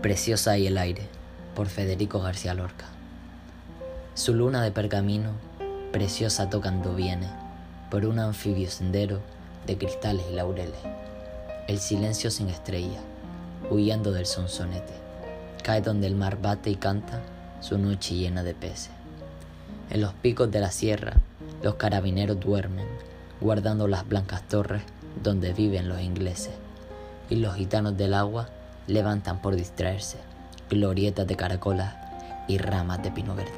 Preciosa y el aire, por Federico García Lorca. Su luna de pergamino, preciosa tocando viene, por un anfibio sendero de cristales y laureles. El silencio sin estrella, huyendo del sonsonete, cae donde el mar bate y canta su noche llena de peces. En los picos de la sierra, los carabineros duermen, guardando las blancas torres donde viven los ingleses, y los gitanos del agua levantan por distraerse glorietas de caracolas y ramas de pino verde.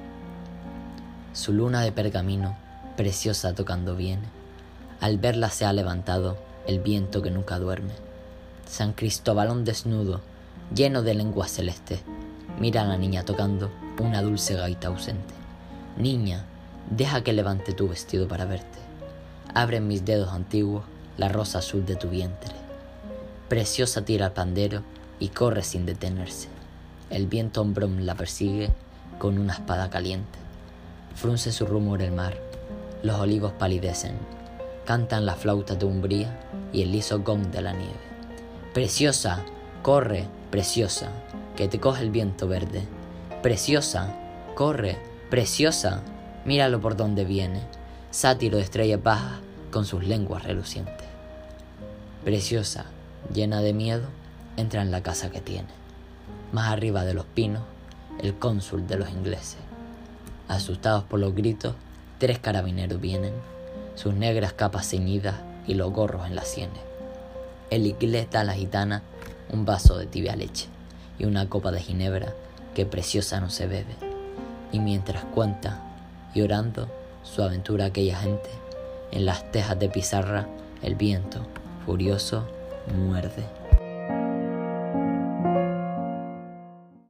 Su luna de pergamino, preciosa tocando viene, al verla se ha levantado el viento que nunca duerme. San Cristóbalón desnudo, lleno de lengua celeste, mira a la niña tocando una dulce gaita ausente. Niña, deja que levante tu vestido para verte. Abre en mis dedos antiguos la rosa azul de tu vientre. Preciosa tira el pandero y corre sin detenerse. El viento hombrón la persigue con una espada caliente. Frunce su rumor el mar, los olivos palidecen, cantan las flautas de Umbría y el liso gong de la nieve. Preciosa, corre, preciosa, que te coge el viento verde. Preciosa, corre, preciosa, míralo por donde viene, sátiro de estrellas bajas con sus lenguas relucientes. Preciosa, llena de miedo, entra en la casa que tiene. Más arriba de los pinos, el cónsul de los ingleses. Asustados por los gritos, 3 carabineros vienen, sus negras capas ceñidas y los gorros en las sienes. El inglés da a la gitana un vaso de tibia leche y una copa de ginebra que preciosa no se bebe. Y mientras cuenta, llorando, su aventura aquella gente, en las tejas de pizarra el viento, furioso, muerde.